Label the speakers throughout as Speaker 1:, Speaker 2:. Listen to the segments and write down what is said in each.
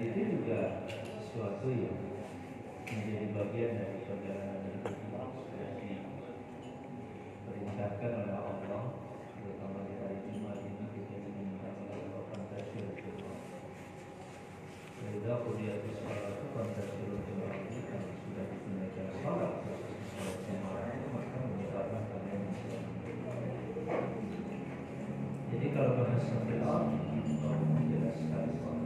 Speaker 1: itu juga sesuatu yang menjadi bagian dari perjalanan hidup sudah diperintahkan oleh Allah, terutama di hari Jumat ini kita diminta oleh Allah fantasiul Jumat. Sudah kuliah di sekolah itu fantasiul Jumat ini kan sudah ditunaikan sholat Jumat itu maka menyebabkan kalian jadi kalau bahasa Fir'aun menjelaskan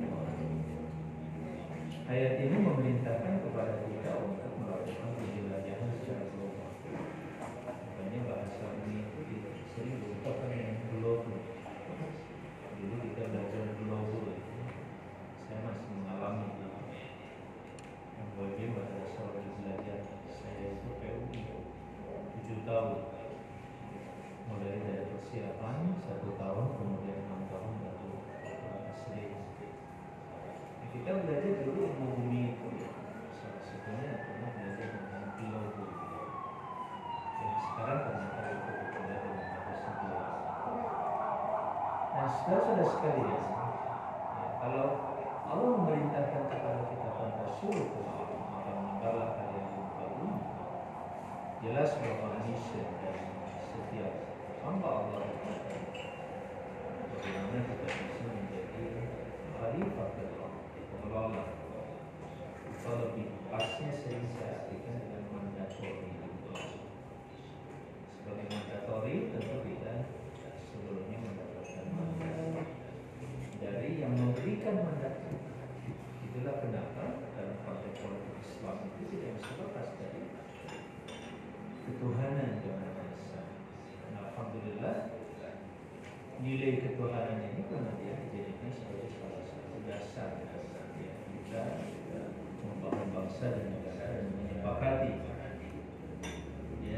Speaker 1: ayat ini memerintahkan kepada kita untuk melakukan penjelajahan secara global. Makanya bahasa ini itu sering diucapkan yang global. Jadi kita belajar global itu, saya masih mengalami yang bagian pada seorang belajar saya itu PUI 7 tahun. Mulai dari persiapan 1 tahun, kemudian 6 tahun baru asli. Kita belajar dulu ilmu bumi itu, salah satunya adalah belajar tentang global. Yang sekarang ternyata itu populer dengan bahasa global. Nah, saudara-saudara sekalian, ya, kalau Allah memerintahkan kepada kita fantasiul maka meninggallah kalian di bumi, jelas bahwa mission dan setiap hamba Allah bagaimana kita bisa menjadi khalifah Allah, pengelola. Atau lebih pasnya sering saya artikan dengan mandatori. Sebagai mandatori tentu kita sebelumnya mendapatkan mandat dari yang memberikan mandat. Itulah kenapa dalam partai politik Islam itu tidak bisa lepas dari ketuhanan yang Maha Esa. Alhamdulillah nilai ketuhanan ini kemudian dijadikan sebagai salah satu dasar ya, kita membangun bangsa dan negara dan menyepakati ya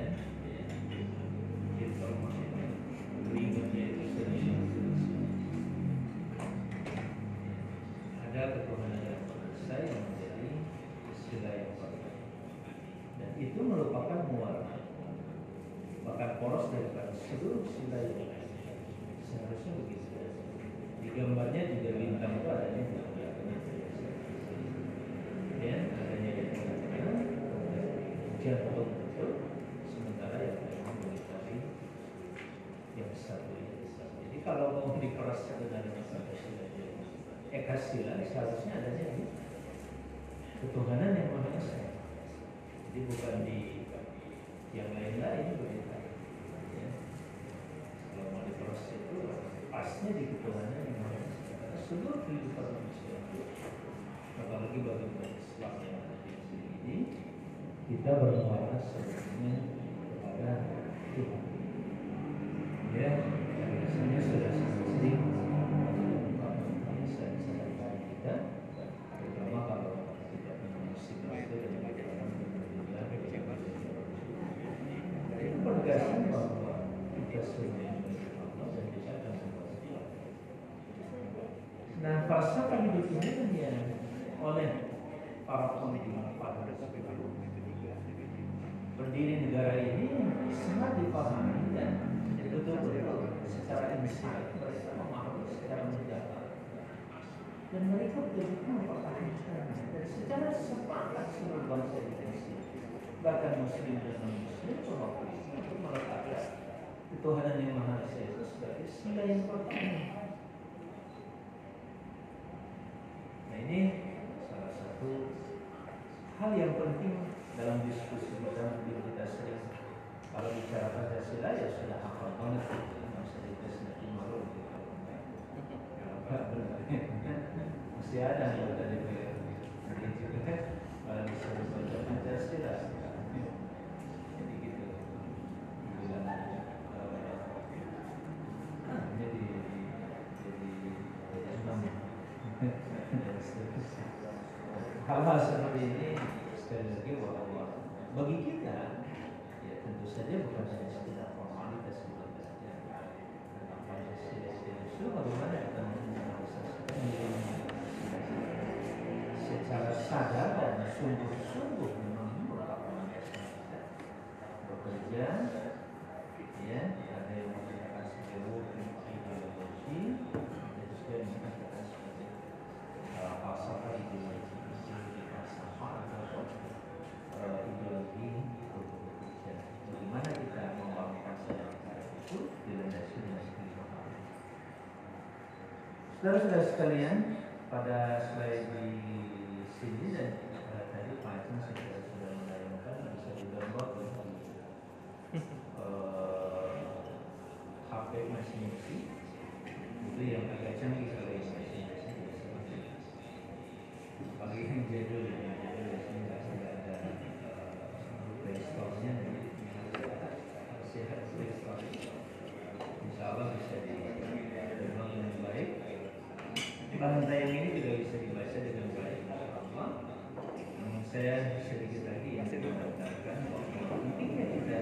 Speaker 1: kita agreementnya itu sendiri ada ketuhanan yang besar yang menjadi istilah yang penting dan itu merupakan muara bahkan poros daripada seluruh sila yang seharusnya begitu. Di gambarnya juga bintang itu adanya di belakangnya. Ya, adanya di tengah, jantung itu, sementara yang lain melintasi yang satu ini. Jadi kalau mau diperaskan dengan Pancasila, Ekasila seharusnya adanya di ketuhanan yang Maha Esa. Jadi bukan di yang lain-lain begitu. Ya. Kalau mau diproses itu pasnya di ketuhanan yang Maha Esa. Karena seluruh kehidupan manusia itu, apalagi bagi umat Islam yang ada di sini ini, kita bermuara sebenarnya kepada Tuhan. Ya, biasanya sudah sering saya sampaikan kita, terutama kalau tidak musibah itu dan bagaimana itu penegasan bahwa kita sebenarnya Allah dan kita akan membuat. Nah, falsafah hidup ini kan yang oleh para pemimpin berdiri negara ini sangat dipahami dan betul-betul secara insight mereka memahami secara mendalam dan mereka betul-betul mempertahankan dan secara sepakat seluruh bangsa Indonesia bahkan muslim dan non-muslim untuk meletakkan ketuhanan yang Maha Esa itu sebagai sila yang pertama. Nah, ini salah satu hal yang penting dalam diskusi kita sering kalau bicara Pancasila ya sudah hafal banget nggak usah dites nanti malu masih ada yang dari begitu kan kalau bisa baca Pancasila jadi gitu jadi hal-hal seperti ini sekali lagi bahwa bagi kita ya tentu saja bukan hanya sekedar formalitas saja tentang Pancasila itu bagaimana kita merealisasikan secara sadar dan sungguh-sungguh memang merupakan kita bekerja ya ada yang mengatakan sebagai working ideologi ada juga yang mengatakan sebagai falsafah ideologi Saudara-saudara sekalian, pada slide di sini dan tadi Pak Aceng sudah menayangkan bisa di-download di HP masing-masing. Itu yang agak canggih kalau yang masing-masing. Apalagi yang jadul ya, biasanya nggak ada Play Store-nya, jadi harus sehat Play Store. Insya Allah bisa di-download dengan baik. Bahan tayang ini juga bisa dibaca dengan baik, insyaAllah. Namun saya sedikit lagi yang mengatakan bahwa pentingnya kita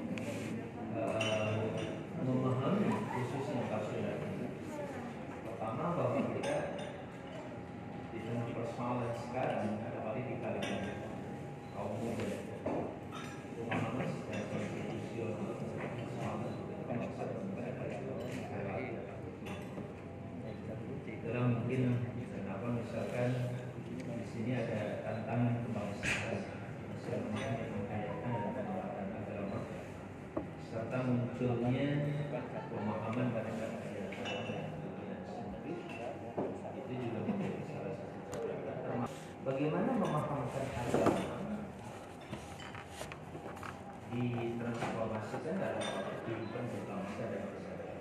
Speaker 1: memahami khususnya tafsir. Pertama, bahwa kita di tengah persoalan sekarang, apalagi di kalangan kaum muda, pemahaman secara konstitusional persoalan bangsa dan negara itu dalam mungkin kenapa misalkan di sini ada tantangan kebangsaan yang mengkayakan dan penerapan agama serta munculnya pemahaman pada keadaan sendiri, itu juga menjadi salah satu catatan. Bagaimana memahamkan agama ditransformasikan dalam kehidupan berbangsa dan bernegara.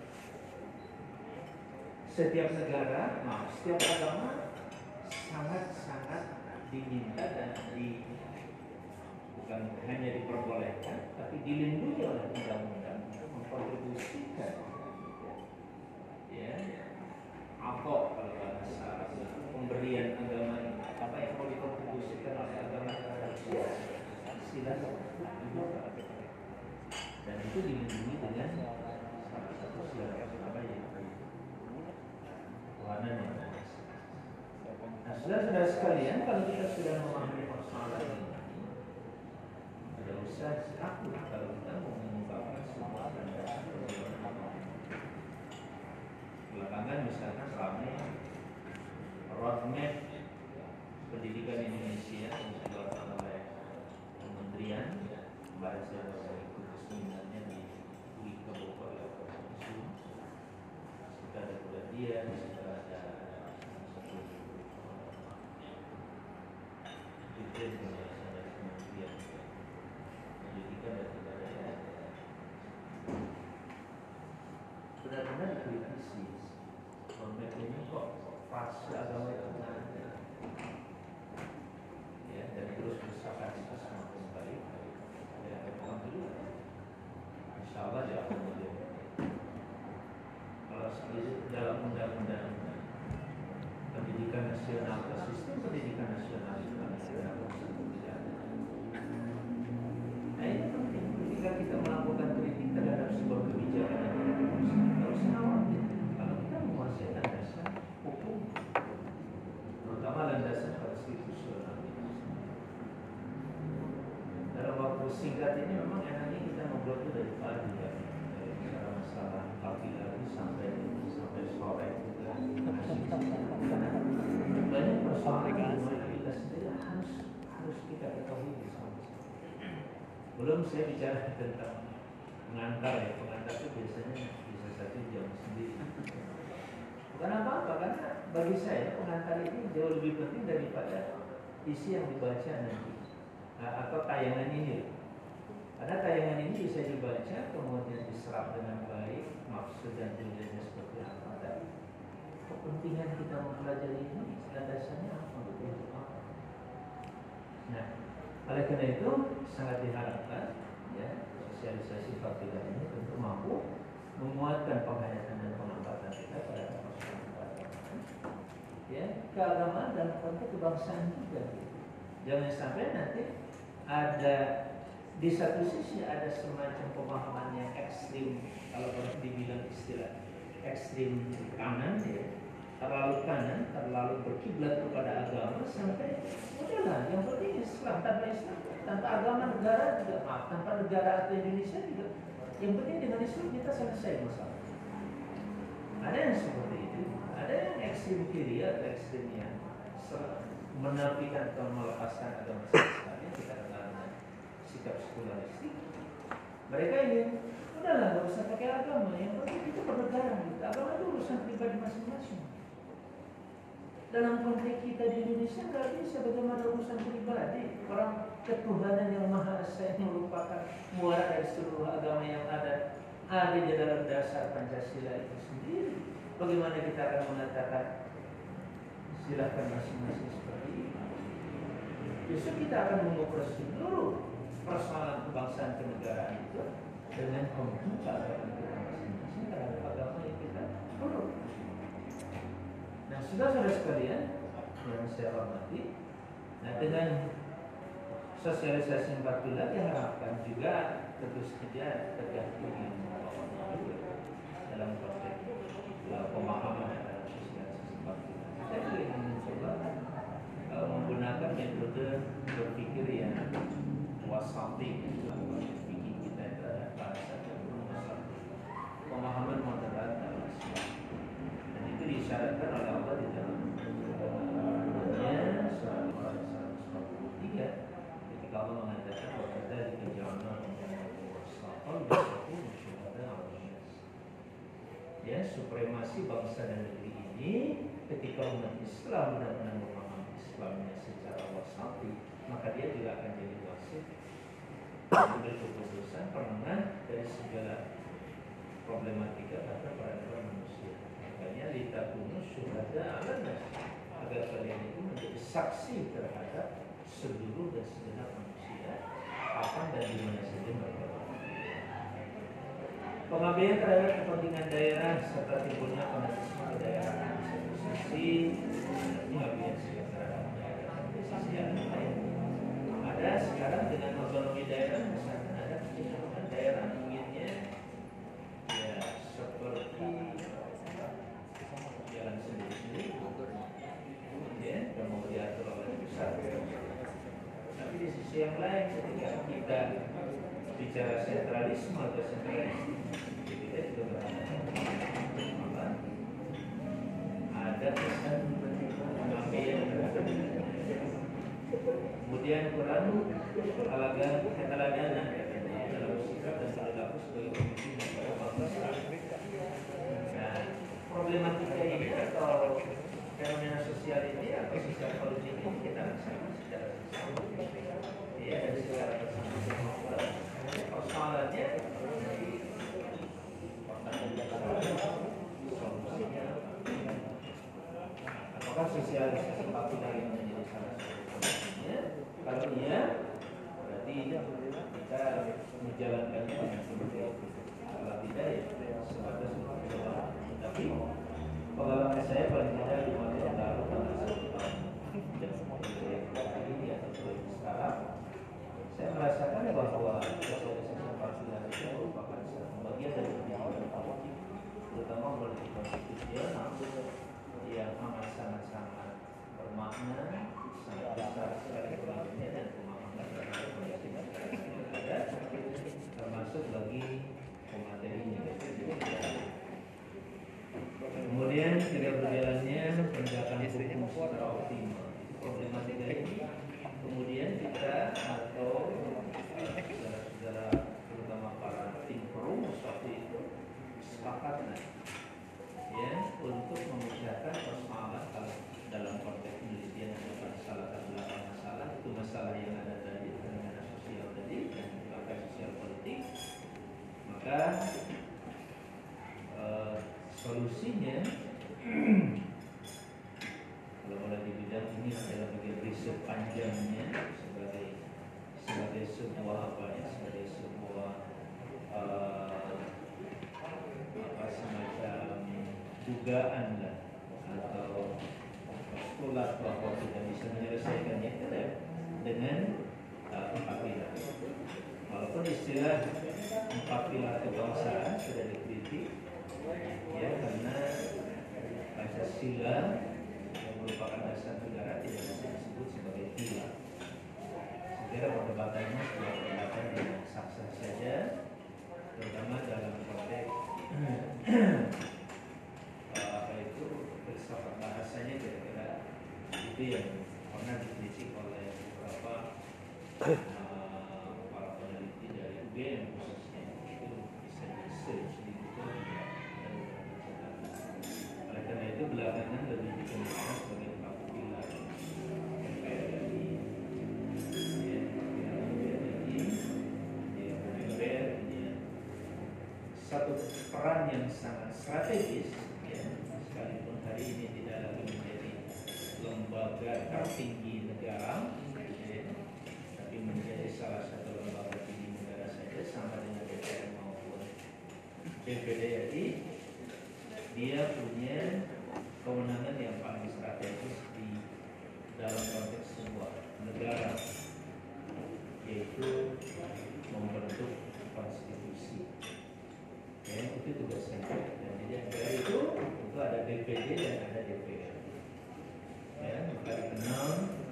Speaker 1: Setiap negara, setiap agama sangat-sangat diminta dan bukan hanya diperbolehkan, tapi dilindungi oleh undang-undang untuk memkontribusikan, ya, apa kalau bahasa pemberian agama ini, apa yang mau dikontribusikan oleh agama terhadap silakan, dan itu dilindungi dengan salah satu silakan apa ya? Nah, saudara-saudara sekalian, kalau kita sudah memahami persoalan ini, tidak usah takut kalau kita mau mengungkapkan semua standar. Belakangan misalkan ramai roadmap pendidikan Indonesia yang dikeluarkan oleh Kementerian Bahasa dan ikut seminarnya di UI Kabupaten sudah ada pelatihan, sudah ada detail pembahasan dari Kementerian Pendidikan dan Kebudayaan. Benar-benar dikritisi roadmap ini kok fase agama itu nggak ada, ya, dan terus desakan itu semakin baik. Ya, alhamdulillah. Insya Allah dia akan menjadi. Kalau dalam undang-undang pendidikan nasional, sistem pendidikan nasional itu ada nah, ini penting ketika kita melakukan kritik terhadap sebuah kebijakan yang tidak harus khawatir kalau kita menguasai landasan hukum, terutama landasan konstitusional. Dalam waktu singkat ini memang enaknya kita ngobrol itu dari pagi ya, dari masalah pagi lagi sampai sore juga banyak persoalan kita sendiri harus kita ketahui bersama. Belum saya bicara tentang pengantar ya, pengantar itu biasanya bisa 1 jam sendiri. Bukan apa-apa, karena bagi saya pengantar ini jauh lebih penting daripada isi yang dibaca nanti atau tayangan ini. Karena tayangan ini bisa dibaca kemudian diserap dengan baik maksud dan tujuannya seperti apa, dan kepentingan kita mempelajari ini landasannya apa, untuk apa. Nah, oleh karena itu sangat diharapkan ya sosialisasi fadilah ini tentu mampu menguatkan penghayatan dan pengamatan kita pada persoalan ya keagamaan dan konteks kebangsaan juga. Jangan sampai nanti ada di satu sisi ada semacam pemahaman yang ekstrim, kalau boleh dibilang istilah ekstrim kanan ya, terlalu kanan, terlalu berkiblat kepada agama sampai udahlah yang penting Islam, tanpa agama negara juga tanpa negara atau Indonesia juga yang penting dengan Islam kita selesai masalah. Ada yang seperti itu, ada yang ekstrim kiri atau ekstrim yang menafikan atau melepaskan agama sekali, kita kenal sikap sekularistik. Mereka ingin udahlah nggak usah pakai agama, yang penting kita bernegara, agama itu urusan pribadi masing-masing. dalam konteks kita di Indonesia nggak bisa bagaimana urusan pribadi. Orang ketuhanan yang Maha Esa yang merupakan muara dari seluruh agama yang ada di dalam dasar Pancasila itu sendiri. Bagaimana kita akan mengatakan silahkan masing-masing seperti ini? Justru kita akan mengukur seluruh persoalan kebangsaan kenegaraan itu dengan membuka agama kita masing-masing terhadap agama yang kita peluk. Nah, saudara-saudara sekalian yang saya hormati, nah dengan sosialisasi 4 pilar diharapkan juga tentu saja tergantung yang dalam konteks pemahaman dalam sosialisasi 4 pilar. Saya juga ingin mencoba menggunakan metode berpikir yang wasati, pikir kita itu ada bahasa yang wasati, pemahaman moderat dalam Islam, dan itu disyaratkan oleh Allah di dalam surat Al-Baqarah 143 ketika Allah mengatakan bahwa kita dikerjakan ya, supremasi bangsa dan negeri ini ketika umat Islam benar-benar memahami Islamnya secara wasati, maka dia juga akan jadi wasit, mengambil keputusan penengah dari segala problematika kata peradaban manusia. Makanya litakunu syuhada 'alan nas, agar kalian itu menjadi saksi terhadap seluruh dan segenap manusia, kapan dan di mana saja mereka berada. Pengabdian terhadap kepentingan daerah serta timbulnya fanatisme kedaerahan di satu sisi, pengabdian sikap terhadap daerah di sisi yang lain. Ada sekarang dengan otonomi daerah, misalkan ada kecenderungan daerah inginnya ya seperti jalan sendiri-sendiri, ya, dan mau diatur oleh pusat. Tapi di sisi yang lain, ketika kita bicara sentralisme atau sentralisme, kita juga berada ada kesan pengambilan terhadap. Kemudian Quran keteladanan dalam sikap dan perilaku sebagai pemimpin dan bangsa. Nah, problematika ini atau fenomena sosial ini atau sosial politik ini kita rasakan secara bersama, ya, dan secara bersama-sama. Persoalannya solusinya apakah sosialisasi populer ini menjadi salah satu solusinya? Kalau iya, berarti kita menjalankannya dengan sebagai. Kalau tidak, ya sebatas mencoba. Tapi pengalaman saya paling tidak 5 tahun lalu pada satu tahun dan ini atau sekarang, saya merasakan bahwa sosialisasi populer itu merupakan bagian dari pendidikan politik, terutama politik konstitusional yang amat sangat bermakna, sangat besar sekali pengaruhnya dan pemahaman terhadap kondisi masyarakat yang ada, termasuk bagi pematerinya. Kemudian tidak berjalannya penegakan hukum secara optimal. Problematika ini kemudian kita atau saudara-saudara terutama para tim perumus waktu itu sepakat ya untuk memecahkan persoalan kalau dalam konteks penelitian ada salah satu masalah, itu masalah yang ada tadi fenomena sosial tadi dan juga sosial politik. Maka solusinya kalau mulai di bidang ini adalah bagian riset panjangnya sebagai sebuah sebagai sebuah semacam dugaan lah atau postulat bahwa tidak bisa menyelesaikannya itu dengan 4 pilar. Walaupun istilah 4 pilar kebangsaan sudah dikritik, ya, karena Pancasila yang merupakan dasar negara tidak bisa disebut sebagai pilar. Saya kira perdebatannya sebuah perdebatan yang sah-sah saja, terutama dalam konteks filsafat bahasanya, kira-kira itu yang pernah dikritik oleh beberapa para peneliti dari UGM khususnya. Itu bisa di oleh karena itu belakangan lebih dikenal sebagai yang sangat strategis, ya, sekalipun hari ini tidak lagi menjadi lembaga tertinggi negara, ya, tapi menjadi salah satu lembaga tinggi negara saja sama dengan DPR maupun DPD RI. Dia punya kewenangan yang paling strategis di dalam konteks sebuah negara, yaitu membentuk konstitusi. Ya, itu tugasnya. Dan di DPR itu ada DPD dan ada DPR. Ya, maka dikenal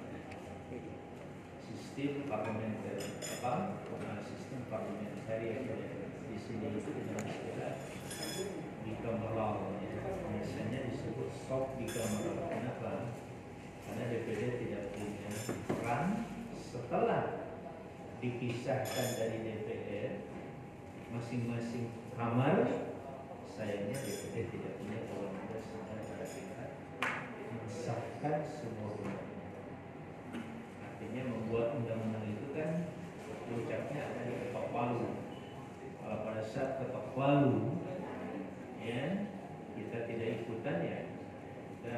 Speaker 1: sistem parlementer sistem parliamentary di sini itu dengan istilah bicameral, ya. Biasanya disebut soft bicameral. Kenapa? Karena DPD tidak punya peran setelah dipisahkan dari DPR masing-masing kamar. Sayangnya DPD tidak punya kewenangan sampai pada tingkat mensahkan semua undang-undang. Artinya membuat undang-undang itu kan puncaknya ada di ketok palu. Kalau pada saat ketok palu, ya, kita tidak ikutan, ya kita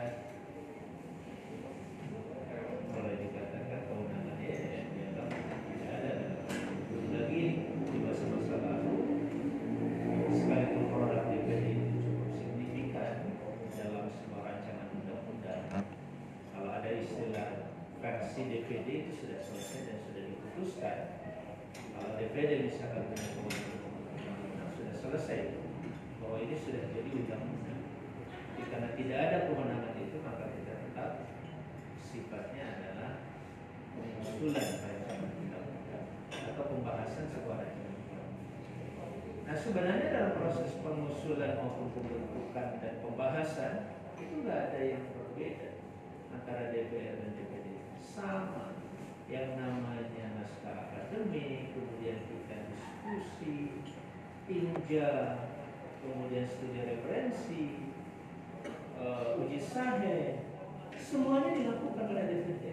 Speaker 1: mulai dikatakan kewenangannya dianggap tidak ada. Belum lagi di masa-masa lalu, sekalipun produk DPD itu cukup signifikan dalam sebuah rancangan undang-undang, kalau ada istilah versi DPD itu sudah selesai dan sudah diputuskan. Kalau DPD misalkan punya kewenangan sudah selesai bahwa ini sudah jadi undang-undang. Jadi karena tidak ada kewenangan itu, maka kita tetap sifatnya adalah pengusulan rancangan undang-undang atau pembahasan sebuah rancangan undang-undang. Nah, sebenarnya dalam proses pengusulan maupun pembentukan dan pembahasan itu nggak ada yang berbeda antara DPR dan DPD. Sama, yang namanya naskah akademik, kemudian kita diskusi, tinjau, kemudian studi referensi, uji sahih, semuanya dilakukan oleh DPD.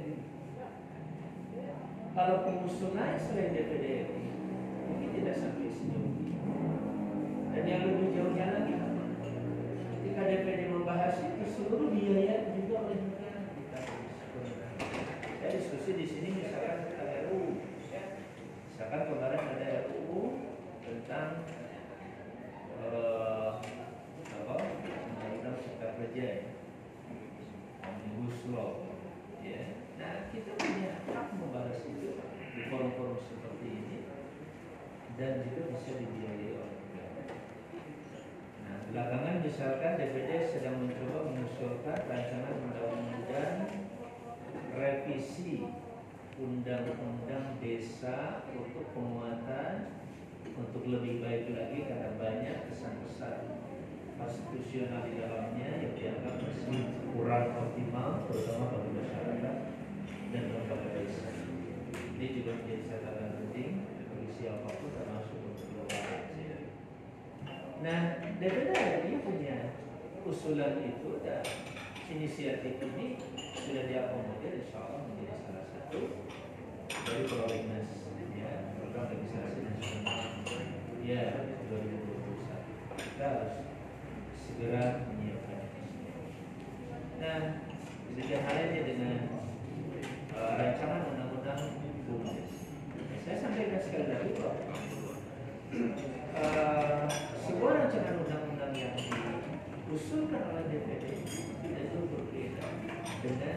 Speaker 1: Kalau pengusulan selain DPD mungkin tidak sampai sejauh ini. Dan yang lebih jauhnya lagi, ketika DPD membahas itu, seluruh biaya juga oleh negara. Kita diskusi di sini misalkan tentang RUU, misalkan kemarin ada RUU tentang undang-undang cipta kerja, omnibus law, ya. Nah, kita punya hak membahas itu di forum-forum seperti ini dan juga bisa dibiayai oleh negara. Nah, belakangan misalkan DPD sedang mencoba mengusulkan rancangan undang-undang revisi undang-undang desa untuk penguatan, untuk lebih baik lagi karena banyak kesan-kesan konstitusional di dalamnya yang dianggap masih kurang optimal, terutama bagi masyarakat dan lembaga desa. Ini juga menjadi catatan penting bagi siapapun termasuk untuk lembaga desa. Nah, DPD ini punya usulan itu dan inisiatif ini sudah diakomodir, insya Allah menjadi salah satu dari prolegnas, ya, program legislasi nasional, ya, 2021. Kita harus segera menyiapkan ini. Nah, demikian halnya dengan rancangan undang-undang BUMDes. Saya sampaikan sekali lagi bahwa sebuah rancangan undang-undang yang diusulkan oleh DPD itu berbeda dengan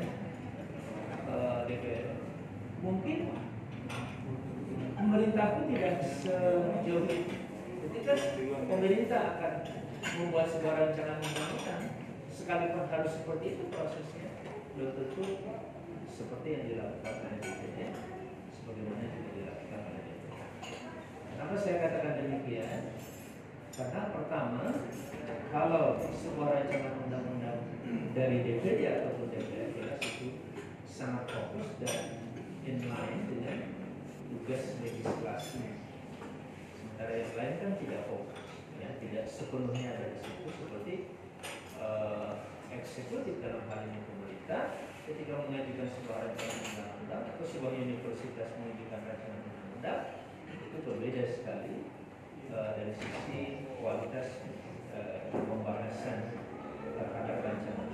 Speaker 1: DPR. Mungkin pemerintah pun tidak sejauh itu. Ketika pemerintah akan membuat sebuah rancangan undang-undang, sekalipun harus seperti itu prosesnya, belum tentu seperti yang dilakukan oleh DPD, sebagaimana juga dilakukan oleh DPR. Kenapa saya katakan demikian? Karena pertama, kalau sebuah rancangan undang-undang dari DPD ataupun DPR jelas itu sangat fokus dan inline dengan tugas legislasi. Sementara yang lain kan tidak fokus, ya, tidak sepenuhnya ada di situ, seperti eksekutif dalam hal ini pemerintah ketika mengajukan sebuah rancangan undang-undang atau sebuah universitas mengajukan rancangan undang-undang itu berbeda sekali dari sisi kualitas pembahasan terhadap rancangan.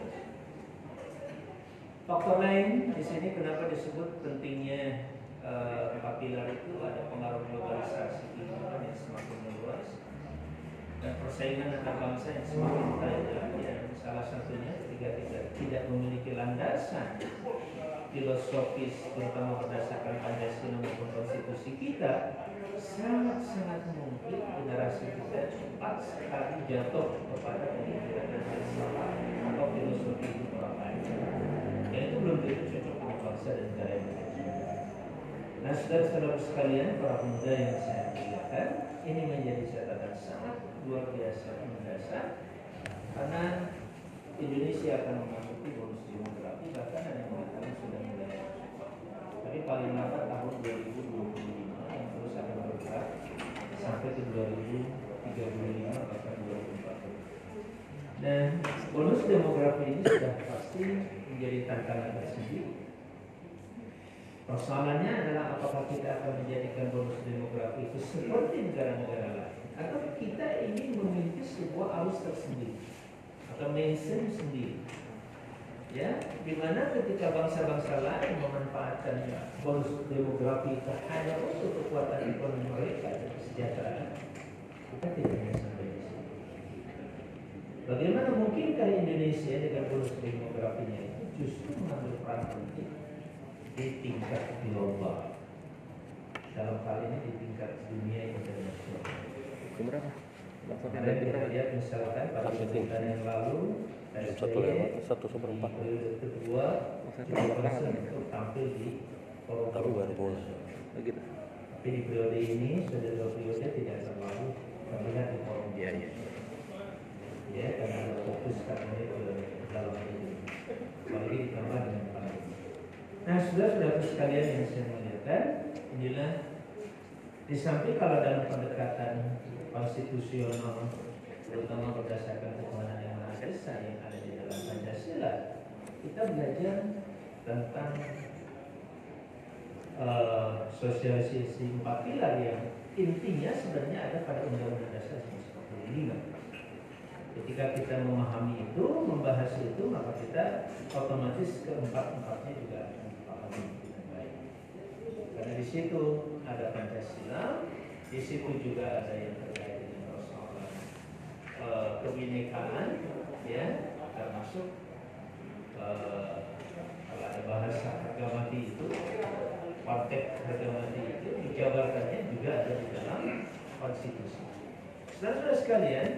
Speaker 1: Faktor lain di sini kenapa disebut pentingnya 4 pilar itu ada pengaruh globalisasi kehidupan yang semakin meluas dan persaingan antar bangsa yang semakin tajam, yang salah satunya ketika kita tidak memiliki landasan filosofis terutama berdasarkan Pancasila maupun konstitusi kita, sangat-sangat mungkin generasi kita cepat sekali jatuh kepada pemikiran dan filsafat atau filosofi hidup orang lain. Dan itu belum tentu cocok dengan bangsa dan negara yang kita. Nah, saudara-saudara sekalian, para pemuda yang saya muliakan, ini menjadi catatan sangat luar biasa mendasar karena Indonesia akan memasuki bonus demografi, bahkan ada yang mengatakan sudah mulai. Tapi paling lambat tahun 2025 yang terus akan bergerak sampai ke 2035 bahkan 2040. Dan bonus demografi ini sudah pasti menjadi tantangan tersendiri. Persoalannya adalah apakah kita akan menjadikan bonus demografi itu seperti negara-negara lain, atau kita ingin memiliki sebuah arus tersendiri atau mainstream sendiri, ya, dimana ketika bangsa-bangsa lain memanfaatkan bonus demografi itu hanya untuk kekuatan ekonomi mereka dan kesejahteraan, kita tidak bisa sampai di sini. Bagaimana mungkinkah Indonesia dengan bonus demografinya itu justru mengambil peran penting di tingkat global, dalam hal ini di tingkat dunia internasional?
Speaker 2: Berapa?
Speaker 1: Karena kita lihat misalkan pada pemerintahan yang lalu SBY periode kedua untuk tampil di forum
Speaker 2: gitu.
Speaker 1: tapi di periode ini sudah 2 periode tidak terlalu terlihat di forum. Ya, karena ada fokus karena itu dalam ini, apalagi ditambah dengan pandemi. Nah, saudara-saudara sekalian yang saya muliakan, inilah di samping kalau dalam pendekatan konstitusional terutama berdasarkan ketuhanan yang Maha Esa yang ada di dalam Pancasila, kita belajar tentang sosialisasi 4 pilar yang intinya sebenarnya ada pada Undang-Undang Dasar 1945. Ketika kita memahami itu, membahas itu, maka kita otomatis keempat-empatnya juga akan dipahami dengan baik. Karena di situ ada Pancasila, di situ juga ada yang terkait dengan persoalan kebinekaan, ya, termasuk kalau ada bahasa harga mati itu, konteks harga mati itu dijabarkannya juga ada di dalam konstitusi. Saudara-saudara sekalian,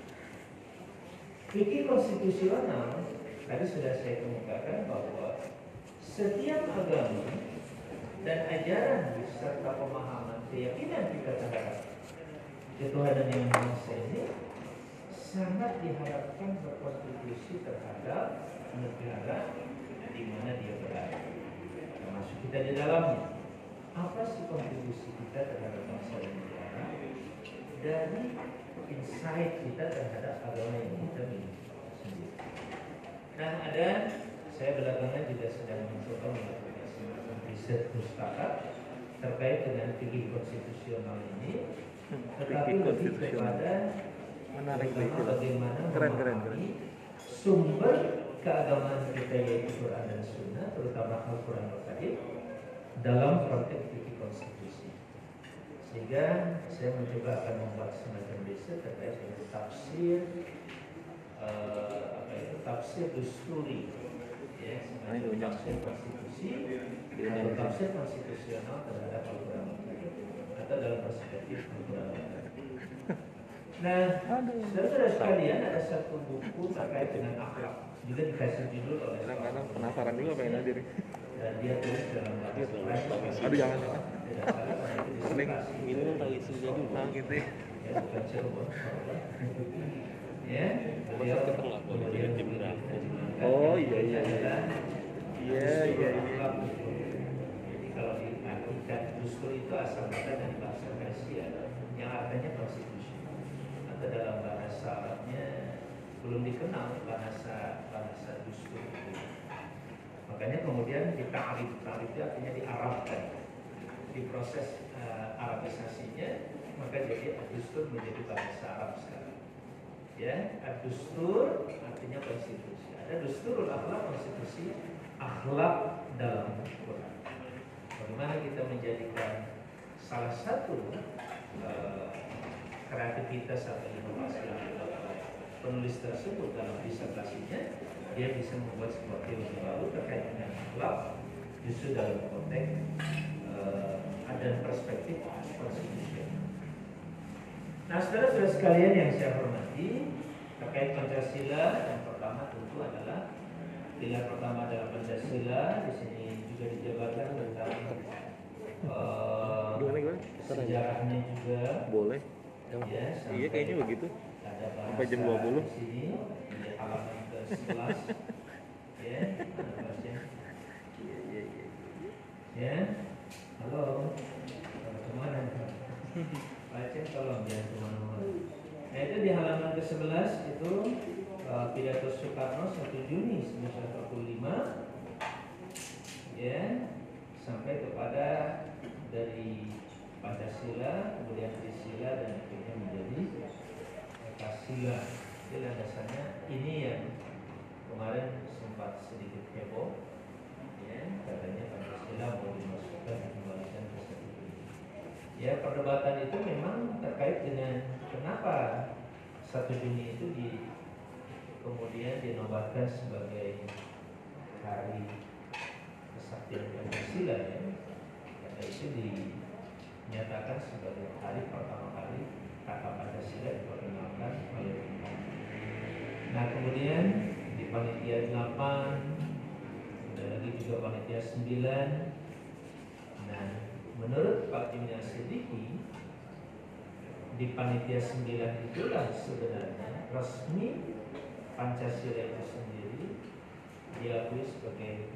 Speaker 1: fikih konstitusional tadi sudah saya kemukakan bahwa setiap agama dan ajaran serta pemahaman keyakinan kita terhadap ketuhanan yang Maha Esa ini sangat diharapkan berkontribusi terhadap negara di mana dia berada, termasuk kita di dalamnya. Apa sih kontribusi kita terhadap bangsa dan negara dari insight kita terhadap agama yang kita miliki sendiri? Nah, saya belakangan juga sedang mencoba melakukan semacam riset pustaka terkait dengan fikih konstitusional ini, tetapi lebih kepada bagaimana memahami sumber keagamaan kita yaitu Quran dan Sunnah, terutama Al-Quran Al-Karim dalam konteks fikih konstitusi. Sehingga saya mencoba akan membuat semacam riset terkait dengan tafsir tafsir dusturi, ya, tafsir konstitusi atau tafsir konstitusional terhadap Al-Quran atau dalam perspektif Al-Quran. Nah, saudara sekalian, ada satu buku terkait dengan akhlak, juga dikasih judul oleh
Speaker 2: kadang-kadang penasaran juga pengen hadir.
Speaker 1: Dan dia tulis dalam bahasa Prancis.
Speaker 2: Aduh, jangan. Sering
Speaker 1: minum
Speaker 2: lagi sudah dulu gitu.
Speaker 1: Ya, bukan Cirebon. Ya, beliau kemudian
Speaker 2: oh iya.
Speaker 1: Jadi kalau diartikan dustur itu asal dari bahasa Persia yang artinya konstitusi, atau dalam bahasa Arabnya belum dikenal bahasa dustur itu. Makanya kemudian ditarif itu artinya diarabkan, di proses Arabisasinya, maka jadi dustur menjadi bahasa Arab sekarang. Ya, ad-dustur artinya konstitusi. Ada dusturul akhlak, konstitusi akhlak dalam Quran. Bagaimana kita menjadikan salah satu kreativitas atau inovasi penulis tersebut dalam disertasinya, dia bisa membuat sebuah teori baru terkait dengan akhlak justru dalam konteks ada perspektif konstitusional. Nah, saudara-saudara sekalian yang saya hormati, terkait Pancasila, yang pertama tentu adalah pilar pertama adalah Pancasila. Di sini juga dijabarkan tentang sejarahnya juga.
Speaker 2: Boleh.
Speaker 1: Ya,
Speaker 2: Iya kayaknya begitu.
Speaker 1: Ada
Speaker 2: Sampai jam 20.
Speaker 1: di sini di halaman ke-11. Ya, ada bahasanya.
Speaker 2: Iya.
Speaker 1: Ya, halo. Kemana? Pak Aceh tolong jangan kemana-mana. Nah, itu di halaman ke-11 itu pidato Soekarno 1 Juni 1945, ya, sampai kepada dari Pancasila, kemudian Trisila, dan akhirnya menjadi Pancasila. Jadi landasannya ini yang kemarin sempat sedikit heboh, ya, katanya Pancasila mau dimasukkan dikembalikan ke 1 Juni. Ya, perdebatan itu memang terkait dengan kenapa 1 Juni itu kemudian dinobatkan sebagai hari kesaktian Pancasila, ya. Karena itu dinyatakan sebagai hari pertama kali kata Pancasila diperkenalkan oleh Bung Karno. Nah, kemudian di panitia 8, ada lagi juga panitia 9. Nah, menurut Pak Jimmy Siddiqui, di panitia 9 itulah sebenarnya resmi Pancasila itu sendiri diakui sebagai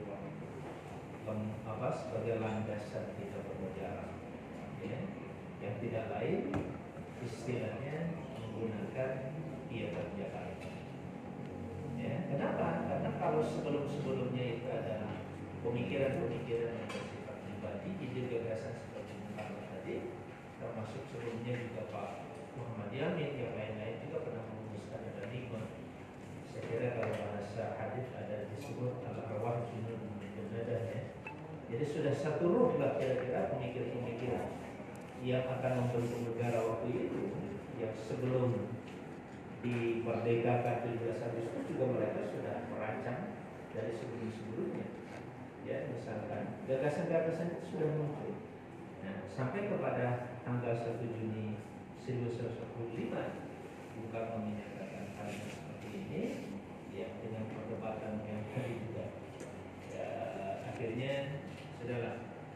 Speaker 1: sebagai landasan kita bernegara, ya, yang tidak lain istilahnya menggunakan piagam Jakarta. Ya, kenapa? Karena kalau sebelumnya itu ada pemikiran-pemikiran yang bersifat pribadi, ide gagasan seperti Bung Karno tadi, termasuk sebelumnya juga Pak Muhammad Yamin, yang lain-lain juga pernah merumuskan ada 5. Saya kira kalau bahasa hadis ada disebut al-arwah junun mujannadah, ya. Jadi sudah satu ruh lah kira-kira pemikir-pemikiran yang akan membentuk negara waktu itu, yang sebelum dimerdekakan 17 Agustus juga mereka sudah merancang dari sebelum-sebelumnya. Ya, misalkan gagasan-gagasan itu sudah muncul. Nah, sampai kepada tanggal 1 Juni 1945, Bung Karno menyatakan hal yang seperti ini, ya, dengan perdebatan yang tadi juga, ya, akhirnya sudahlah,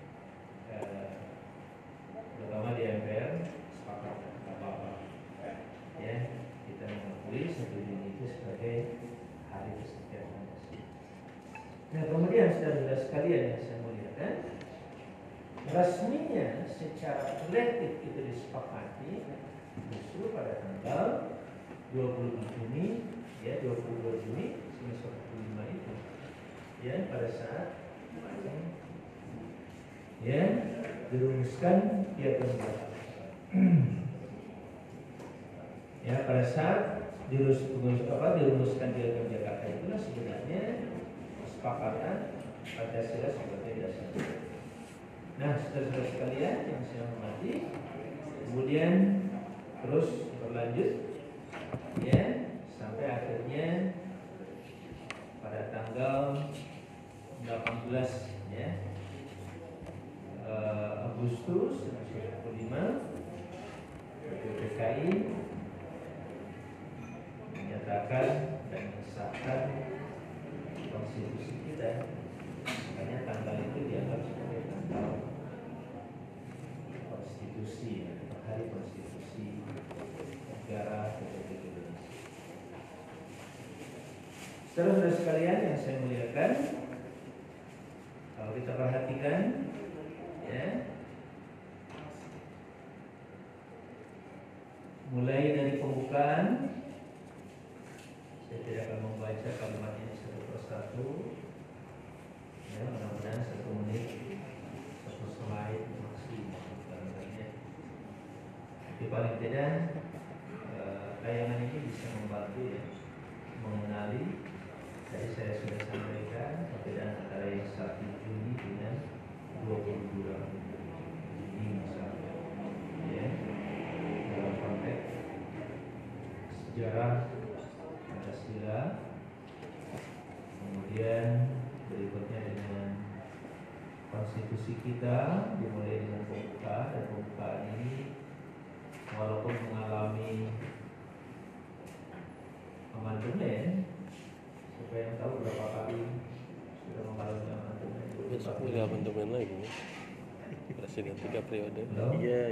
Speaker 1: terutama di MPR sepakat apa-apa, ya, kita mengakui 1 Juni itu sebagai hari kesaktian Pancasila. Nah, kemudian saudara-saudara sekalian yang saya muliakan, resminya secara kolektif itu disepakati justru pada tanggal 22 Juni, ya, 22 Juni 1945 itu, ya, pada saat ya dirumuskan piagam Jakarta. Ya, pada saat dirumuskan piagam Jakarta itulah sebenarnya kesepakatan Pancasila sebagai dasar. Nah, saudara-saudara sekalian yang saya hormati, kemudian terus berlanjut, ya, sampai akhirnya pada tanggal 18, ya, Agustus 1945, DKI menyatakan dan mengesahkan konstitusi kita. Makanya tanggal itu dianggap sebagai tanggal konstitusi, atau hari konstitusi negara Republik Indonesia. Saudara-saudara sekalian yang saya muliakan, kalau kita perhatikan, ya, mulai dari pembukaan, saya tidak akan membaca kalimat ini satu persatu, ya, mudah-mudahan 1 menit, 1 slide maksimal kalimatnya. Tapi paling tidak tayangan ini bisa membantu ya, mengenali. Tadi saya sudah sampaikan perbedaan antara yang 1 Juni dengan 22 Juni misalnya, ya, dalam konteks sejarah Pancasila. Kemudian berikutnya dengan konstitusi kita, dimulai dengan pembukaan, dan pembukaan ini walaupun mengalami amandemen, supaya yang tahu berapa kali sudah mengalami amandemen.
Speaker 2: Besok nggak amandemen lagi nih. Presiden 3 periode.
Speaker 1: Halo?
Speaker 2: Iya.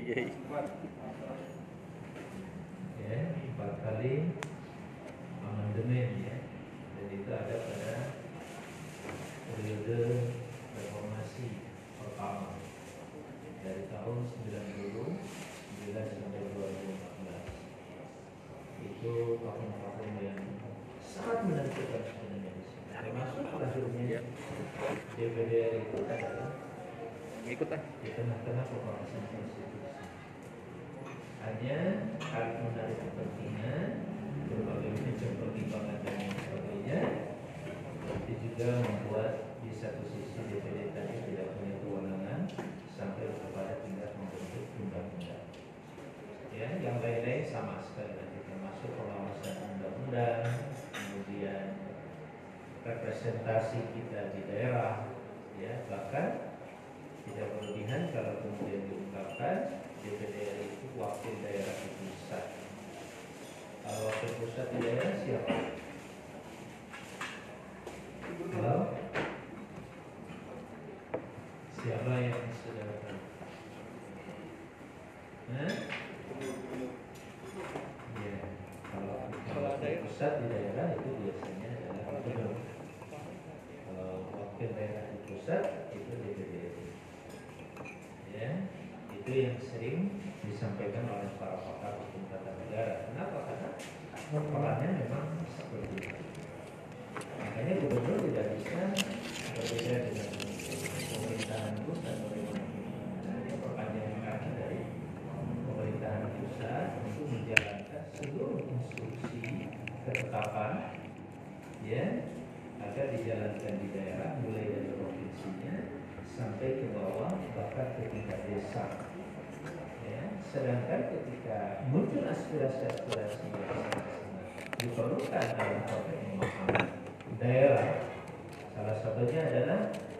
Speaker 1: Ya, 4 kali amandemen ya. Dan itu ada pada periode reformasi pertama dari tahun 19 sampai 2014. Itu tahun-tahun yang sangat menentukan sebenarnya di sini. Termasuk lahirnya DPD itu adalah
Speaker 2: Ikut ah.
Speaker 1: di tengah-tengah pembahasan konstitusi. Hanya harus menarik kepentingan, berbagai macam pertimbangan dan lain sebagainya. Itu juga membuat di satu sisi DPD tadi tidak punya kewenangan sampai kepada tingkat membentuk undang-undang. Ya, yang lain-lain sama sekali nanti, termasuk pengawasan undang-undang, kemudian representasi kita di daerah, ya, bahkan tidak berlebihan kalau kemudian diungkapkan DPD itu wakil daerah di pusat. Kalau wakil pusat di daerah siapa? Halo? Siapa yang sudah tahu? Ya, kalau wakil pusat di daerah itu biasanya adalah gubernur. Kalau wakil daerah di pusat itu DPD. Ya, itu yang sering disampaikan oleh para pakar hukum tata negara. Kenapa? Karena perannya memang seperti itu. Makanya gubernur tidak bisa berbeda dengan pemerintahan pusat. Ini perpanjangan kaki dari pemerintahan pusat untuk menjalankan seluruh instruksi ketetapan, ya, agar dijalankan di daerah mulai dari provinsinya sampai ke bawah bahkan ke tingkat desa. Ya, sedangkan ketika muncul aspirasi-aspirasi yang sangat diperlukan dalam konteks memahami daerah, salah satunya adalah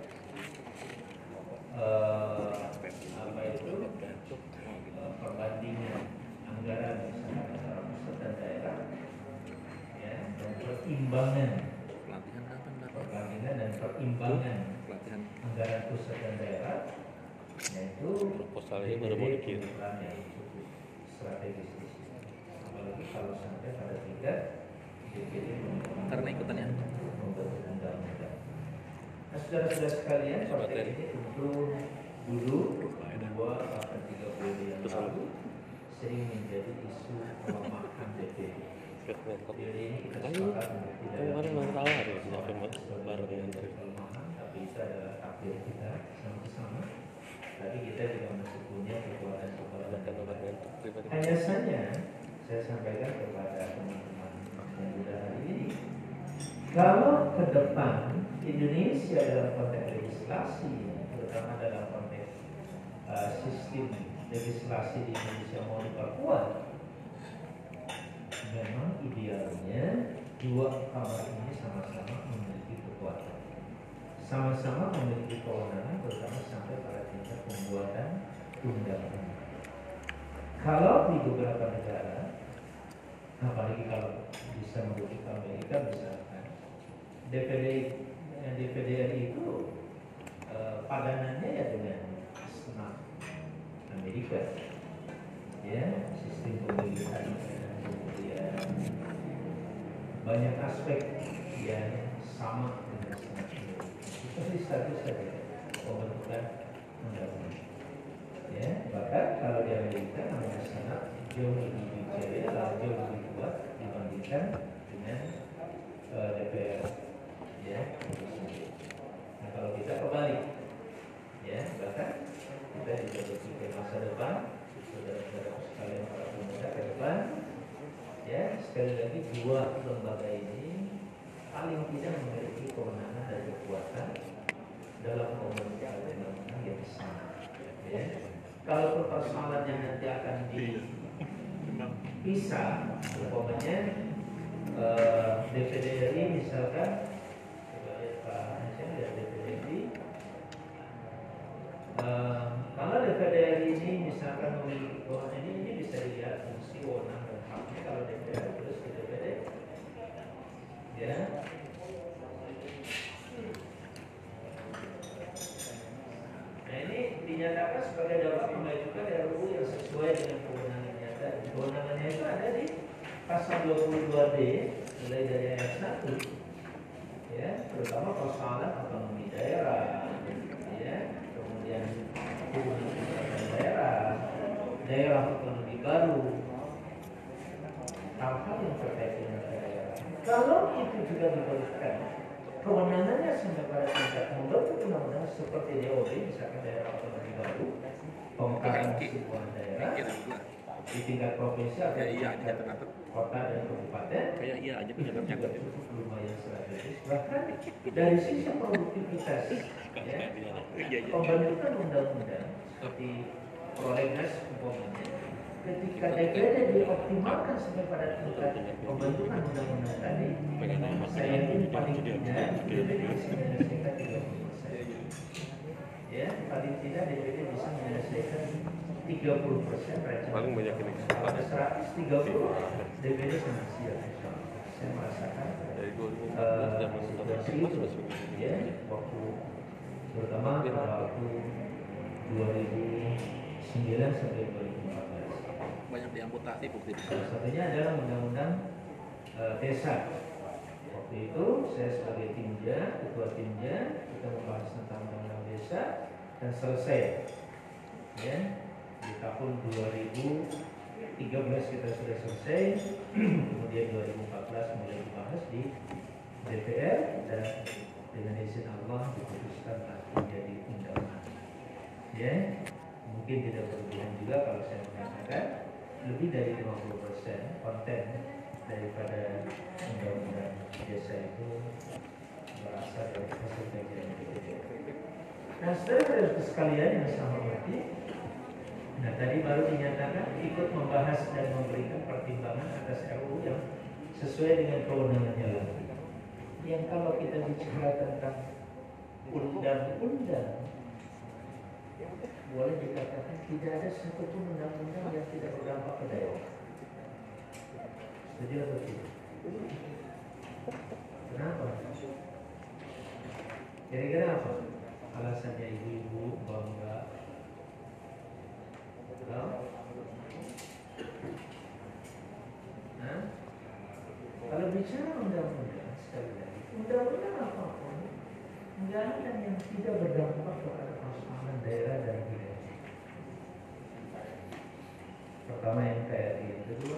Speaker 1: perbandingan anggaran misalnya antara pusat dan daerah, ya, dan perimbangan perbandingan dan perimbangan anggaran pusat dan daerah, yaitu
Speaker 2: Proposalnya baru mau dikirim.
Speaker 1: yang cukup strategis di sini. Apalagi kalau sampai pada tingkat DPD
Speaker 2: Karena ikutannya
Speaker 1: membentuk undang-undang. Nah, saudara-saudara sekalian, konteks ini tentu dulu 2 bahkan 3 bulan yang lalu sering menjadi isu pelemahan DPD. Jadi ini kita sepakat untuk tidak pelemahan, tapi itu adalah takdir kita sama-sama. Tapi kita juga masih punya kekuatan. Hanya saja saya sampaikan kepada teman-teman yang sudah hari ini, kalau ke depan Indonesia dalam konteks legislasi, terutama dalam konteks sistem legislasi di Indonesia mau diperkuat, memang idealnya 2 kamar ini sama-sama memiliki kekuatan, sama-sama memiliki kewenangan, terutama sampai pada tingkat pembuatan undang-undang. Kalau di beberapa negara, apalagi kalau bisa merujuk Amerika misalkan, DPD RI itu padanannya ya dengan Senat Amerika, ya, sistem pemilihan, kemudian banyak aspek yang sama dengan Senat Amerika. Seperti status saja pembentukan undang-undang. Ya, bahkan kalau di Amerika namanya Senat jauh lebih bicara, jauh lebih kuat dibandingkan dengan DPR. Ya, nah kalau kita kembali, ya, bahkan kita juga berpikir masa depan, saudara-saudara sekalian para pemuda ke depan, ya, sekali lagi dua lembaga ini paling tidak memiliki kewenangan dan kekuatan dalam pembentukan undang-undang yang sama. Ya. Kalau persoalan yang nanti akan dipisah, umpamanya DPD RI misalkan, kalau DPD RI ini misalkan memiliki kewenangan ini bisa dilihat fungsi, wewenang dan haknya kalau DPR terus ke DPD, ya. Nah ini dinyatakan sebagai dapat mengajukan RUU yang sesuai dengan kewenangannya. Kewenangannya itu ada di pasal 22D mulai dari ayat 1, ya, terutama persoalan otonomi daerah, ya, kemudian daerah otonomi baru, hal-hal yang terkait dengan daerah. Kalau itu juga diberikan kewenangannya sampai pada tingkat membentuk undang-undang seperti DOB, misalkan daerah otonomi baru, pemekaran sebuah daerah di tingkat provinsi atau di tingkat kota dan kabupaten, juga cukup lumayan strategis. Bahkan dari sisi produktivitas, ya, pembentukan undang-undang seperti prolegnas umpamanya, ketika DPD dioptimalkan sampai pada tingkat pembentukan undang-undang tadi, saya yakin paling tidak DPD bisa menyelesaikan 30%. Ya, paling tidak DPD bisa menyelesaikan 30% rancangan.
Speaker 2: Paling banyak ini.
Speaker 1: Ada 130 DPD sangat siap. Saya merasakan situasi itu, ya, waktu terutama pada waktu 2009 sampai 2014.
Speaker 3: Banyak diamputasi bukti.
Speaker 1: Salah satunya adalah undang-undang desa. Waktu itu saya sebagai timja, ketua timja, kita membahas tentang undang-undang desa dan selesai. Ya, di tahun 2013 kita sudah selesai, kemudian 2014 mulai dibahas di DPR dan dengan izin Allah diputuskan menjadi undang-undang. Ya, mungkin tidak berlebihan juga kalau saya mengatakan lebih dari 50% konten daripada undang-undang desa itu berasal dari hasil kajian DPR. Nah, saudara sekalian yang saya hormati, nah tadi baru dinyatakan ikut membahas dan memberikan pertimbangan atas RUU yang sesuai dengan kewenangannya lagi. Yang kalau kita bicara tentang undang-undang, boleh dikatakan tidak ada satupun undang-undang yang tidak berdampak ke daerah. Setuju atau tidak? Kenapa? Kira-kira apa alasannya ibu-ibu bangga? Nah, kalau bicara undang-undang, sekali lagi, undang-undang apapun, nggak ada yang tidak berdampak kepada persoalan daerah dan wilayah. Pertama NKRI, yang kedua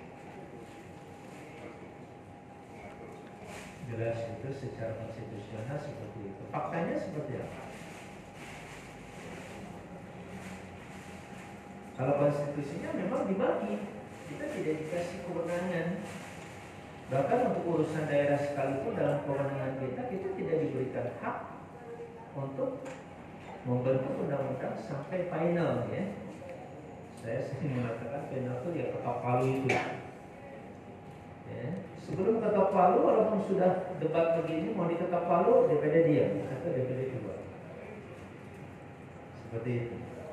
Speaker 1: jelas itu secara konstitusional seperti itu. Faktanya seperti apa? Kalau konstitusinya memang dibagi, kita tidak dikasih kewenangan. Bahkan untuk urusan daerah sekalipun dalam kewenangan kita tidak diberikan hak untuk membentuk undang-undang sampai final, ya. Saya sering mengatakan final itu ya ketok palu itu. Ya. Sebelum ketok palu, walaupun sudah debat begini mau diketok palu, DPD diam atau DPD keluar. Seperti itu.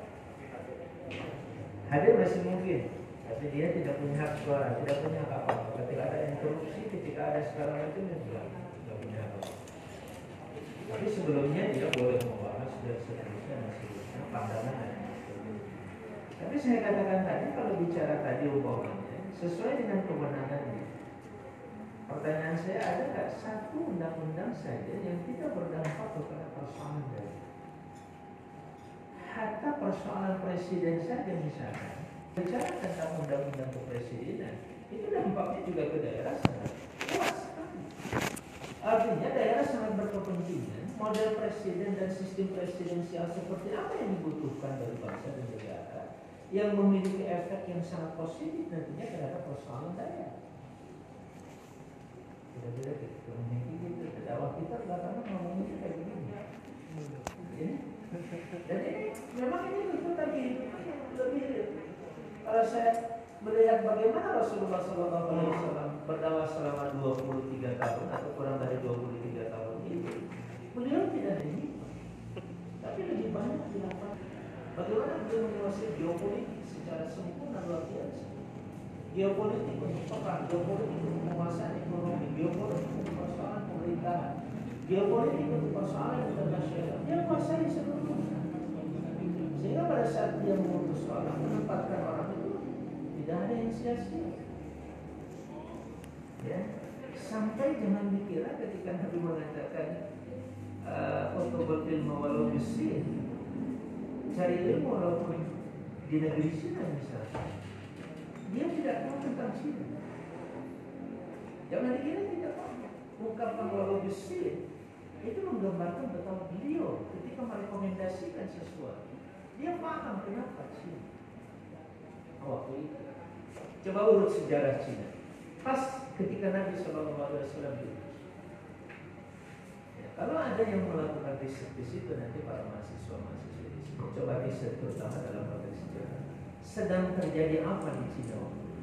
Speaker 1: Hadir masih mungkin, tapi dia tidak punya hak suara, tidak punya hak apa-apa. Ketika ada interupsi, ketika ada segala macam, dia tidak punya hak apa-apa. Tapi sebelumnya dia boleh membahas dan seterusnya, pandangan dan sebagainya. Tapi saya katakan tadi, kalau bicara tadi umpamanya sesuai dengan kewenangannya. Pertanyaan saya, ada nggak satu undang-undang saja yang tidak berdampak kepada persoalan daerah? Hatta persoalan presiden saja misalkan, bicara tentang undang-undang kepresidenan, itu dampaknya juga ke daerah sangat luas sekali. Artinya daerah sangat berkepentingan model presiden dan sistem presidensial seperti apa yang dibutuhkan dari bangsa dan negara yang memiliki efek yang sangat positif nantinya terhadap persoalan daerah. Kira-kira gitu. Dakwah kita belakangan ngomongnya kayak begini. Ya. Dan ini memang ini betul tadi lebih. Kalau saya melihat bagaimana Rasulullah SAW berdakwah selama 23 tahun atau kurang dari 23 tahun itu, beliau tidak ini, tapi lebih banyak dilakukan. Bagaimana beliau menguasai geopolitik secara sempurna luar biasa. Geopolitik untuk perang, geopolitik untuk penguasaan ekonomi, geopolitik untuk persoalan pemerintahan, geopolitik untuk persoalan internasional. Dia menguasai seluruhnya. Sehingga pada saat dia mengutus orang, menempatkan orang itu tidak ada yang sia-sia. Ya, sampai jangan dikira ketika Nabi mengatakan utubul ilmu walau bisir, cari ilmu walaupun di negeri Cina misalnya, dia tidak tahu tentang Cina. Jangan dikira tidak tahu. Ungkapan walau bisir itu menggambarkan betapa beliau ketika merekomendasikan sesuatu, dia paham kenapa Cina waktu itu. Coba urut sejarah Cina. Pas ketika Nabi SAW diutus. Ya, kalau ada yang melakukan riset di situ, nanti para mahasiswa di situ coba riset, terutama dalam konteks sejarah. Sedang terjadi apa di Cina waktu itu?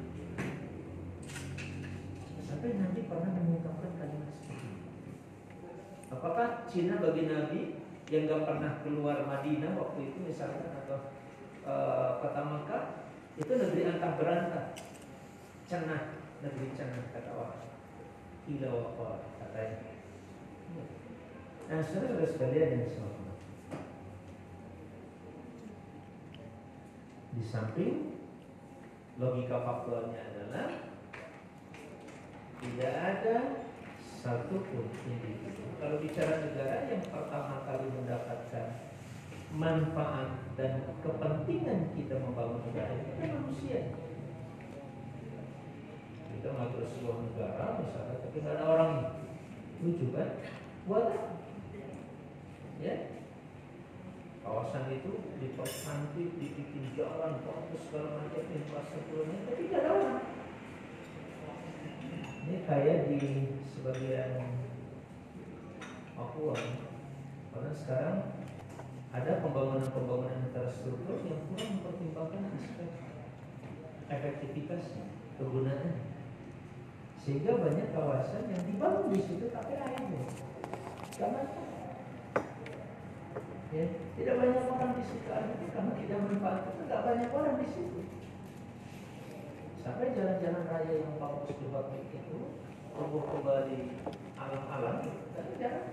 Speaker 1: Sampai Nabi pernah mengungkapkan kalimat seperti itu. Apakah Cina bagi Nabi yang gak pernah keluar Madinah waktu itu misalkan, atau kota Makkah, itu negeri antah berantah, cenah, negeri cenah kata orang, kilawakor katanya. Nah, saudara sekalian yang sama, di samping logika faktualnya adalah tidak ada satupun individu, kalau bicara negara, yang pertama kali mendapatkan manfaat dan kepentingan kita membangun negara itu kan manusia. Kita mengatur sebuah negara misalnya, tapi nggak ada orangnya, lucu kan? Buat apa? Ya, kawasan itu dipercantik, dibikin jalan, bagus segala macam, infrastrukturnya, tapi nggak ada orang. Ini kayak di sebagian Papua, karena sekarang ada pembangunan infrastruktur yang kurang mempertimbangkan aspek efektivitasnya, kegunaannya, sehingga banyak kawasan yang dibangun di situ tapi airnya karena ya, tidak banyak orang di situ, karena tidak manfaatkan, tidak banyak orang di situ. Sampai jalan-jalan raya yang bagus di Bapak itu tumbuh kembali alam-alam, tapi jalan.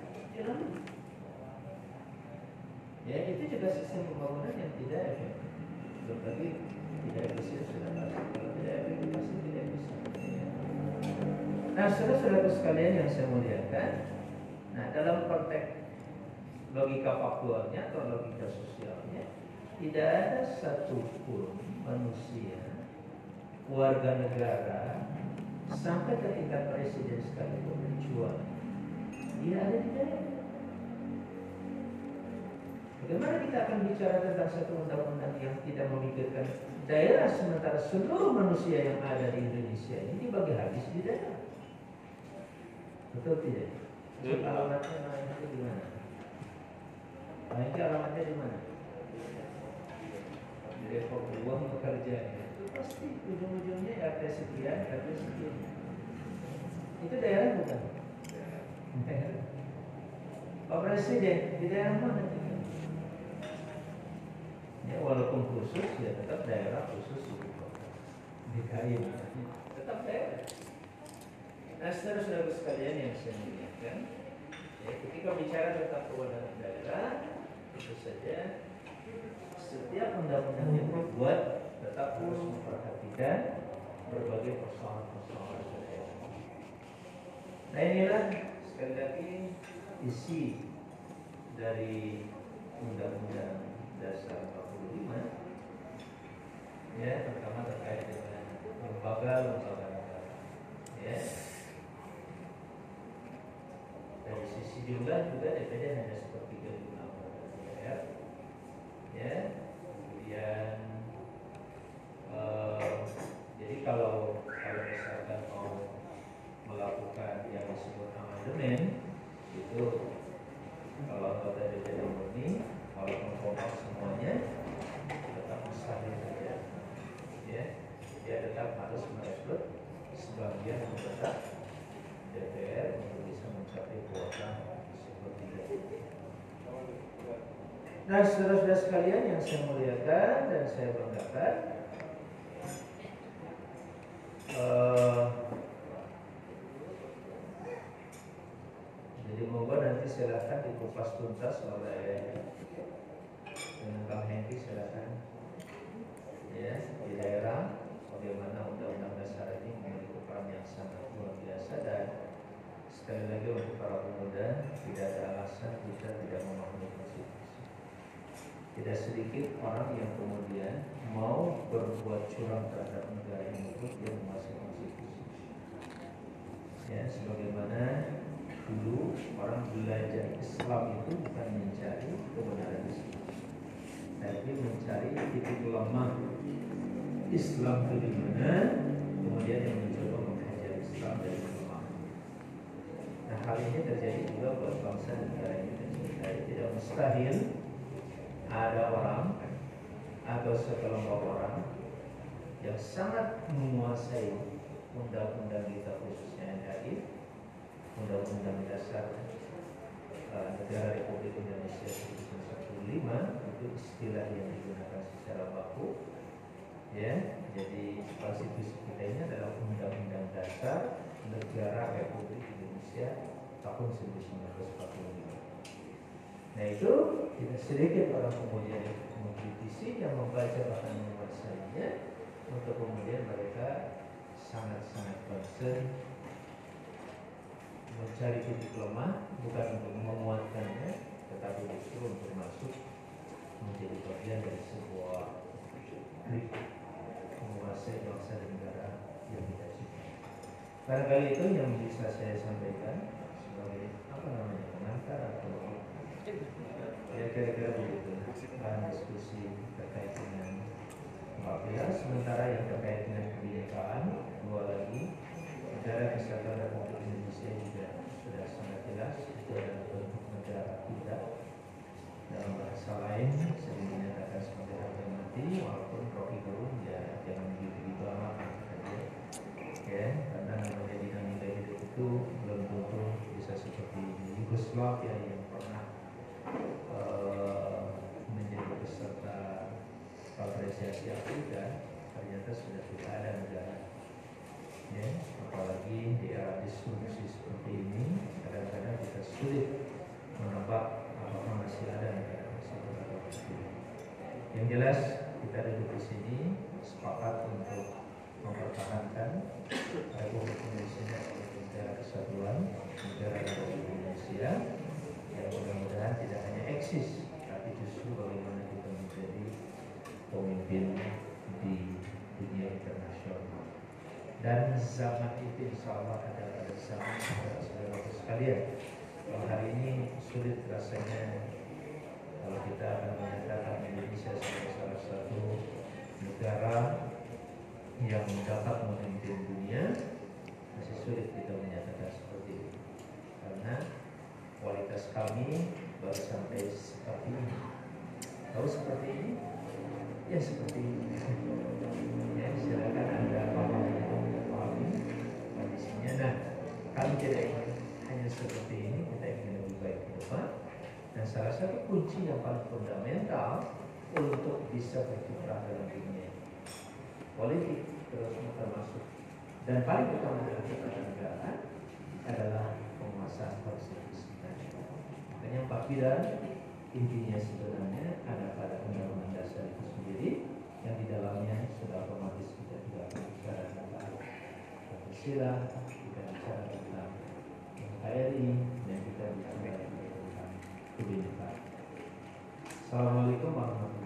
Speaker 1: Ya, itu juga sistem pembangunan yang tidak efektif. Berarti tidak efisien sudah pasti. Kalau tidak efektif pasti tidak bisa. Nah, saudara-saudara sekalian yang saya muliakan, nah dalam konteks logika faktualnya atau logika sosialnya, tidak ada satupun manusia, warga negara, sampai ke tingkat presiden sekalipun, kecuali dia ada di daerah. Bagaimana kita akan bicara tentang satu undang-undang yang tidak memikirkan daerah, sementara seluruh manusia yang ada di Indonesia ini dibagi habis di daerah? Betul tidak? Jadi alamatnya di mana? Alamatnya di mana? Di Depok, uang bekerja itu pasti ujung-ujungnya RT sekian, RT sekian. Itu daerah bukan? Daerah. Pak Presiden di daerah mana? Ya, walaupun khusus, ya tetap daerah khusus ibu kota DKI, tetap daerah. Nah, saudara-saudara sekalian yang saya muliakan, ya, ketika bicara tentang kewenangan daerah, tentu saja setiap undang-undang yang dibuat tetap harus memperhatikan berbagai persoalan-persoalan daerah. Nah, inilah sekali lagi isi dari Undang-Undang Dasar 45, ya, terutama terkait dengan lembaga-lembaga negara. Ya, dari sisi jumlah juga DPD hanya sepertiga jumlah anggota DPR. Ya, kemudian jadi kalau misalkan mau melakukan yang anggota DPD murni, walaupun kompak semuanya, tetap mustahil saja. Ya, dia tetap harus merekrut sebagian anggota DPR untuk bisa mencapai kuota sepertiga. Nah, saudara-saudara sekalian yang saya muliakan dan saya banggakan, jadi moga nanti silakan dikupas tuntas oleh Kang Hengki, silakan ya, di daerah bagaimana undang-undang dasar ini memiliki peran yang sangat luar biasa. Dan sekali lagi untuk para pemuda, tidak ada alasan kita tidak memahami konstitusi. Tidak sedikit orang yang kemudian mau berbuat curang terhadap negara ini pun dia menguasai konstitusi. Ya, sebagaimana dulu orang belajar Islam itu bukan mencari kebenaran Islam, tapi mencari titik lemah Islam itu di mana, kemudian yang mencoba menghajar Islam dari lemah. Nah, hal ini terjadi juga buat bangsa dan negara ini. Jadi tidak mustahil ada orang atau sekelompok orang yang sangat menguasai undang-undang kita, khususnya NRI, Undang-Undang Dasar Negara Republik Indonesia 1945, itu istilah yang digunakan secara baku. Ya, jadi konstitusi kita ini adalah Undang-Undang Dasar Negara Republik Indonesia tahun 1945. Nah, itu tidak sedikit orang kemudian mengkritisi, yang membaca bahkan menguasainya, untuk kemudian mereka sangat-sangat concern mencari titik lemah, bukan untuk menguatkannya, tetapi justru untuk masuk menjadi bagian dari sebuah trik menguasai bangsa dan negara yang kita cintai. Barangkali itu yang bisa saya sampaikan sebagai pengantar atau ya kira-kira begitu bahan diskusi terkait dengan 14. Sementara yang terkait dengan kebinekaan, dua lagi, Negara Kesatuan Republik Indonesia juga sudah sangat jelas itu adalah bentuk negara kita. Dalam bahasa lain sering dinyatakan sebagai harga mati, walaupun Rocky Gerung ya jangan begitu dibanggakan saja, ya, karena namanya dinamika hidup itu belum tentu bisa seperti Yugoslavia yang pernah menjadi peserta apresiasi Afrika, ternyata sudah tidak ada negara. Ya, apalagi di era disrupsi seperti ini, kadang-kadang kita sulit menebak apakah masih ada negara tersebut atau tidak. Yang jelas kita duduk di sini sepakat untuk mempertahankan Republik Indonesia sebagai negara kesatuan, negara Republik Indonesia yang mudah-mudahan tidak hanya eksis, tapi justru bagaimana kita menjadi pemimpin di dunia internasional. Dan zaman itu insya Allah adalah zaman saudara-saudara sekalian. Kalau hari ini sulit rasanya kalau kita akan menyatakan Indonesia sebagai salah satu negara yang dapat memimpin dunia, masih sulit kita menyatakan seperti itu, karena kualitas kami baru sampai seperti ini. Tahu seperti ini? Ya seperti ini. Ya, silakan Anda pahami kondisinya. Nah, kami tidak ingin hanya seperti ini, kita ingin lebih baik ke depan. Dan salah satu kunci yang paling fundamental untuk bisa berkiprah dalam dunia politik terus termasuk dan paling utama dalam kehidupan negara adalah penguasaan konstitusi. Makanya Pak Bidan intinya sebenarnya ada pada undang-undang dasar itu sendiri, yang di dalamnya sudah otomatis kita juga bicara tentang Pancasila, kita bicara tentang NKRI, dan kita bicara tentang kebinekaan. Assalamualaikum warahmatullahi wabarakatuh.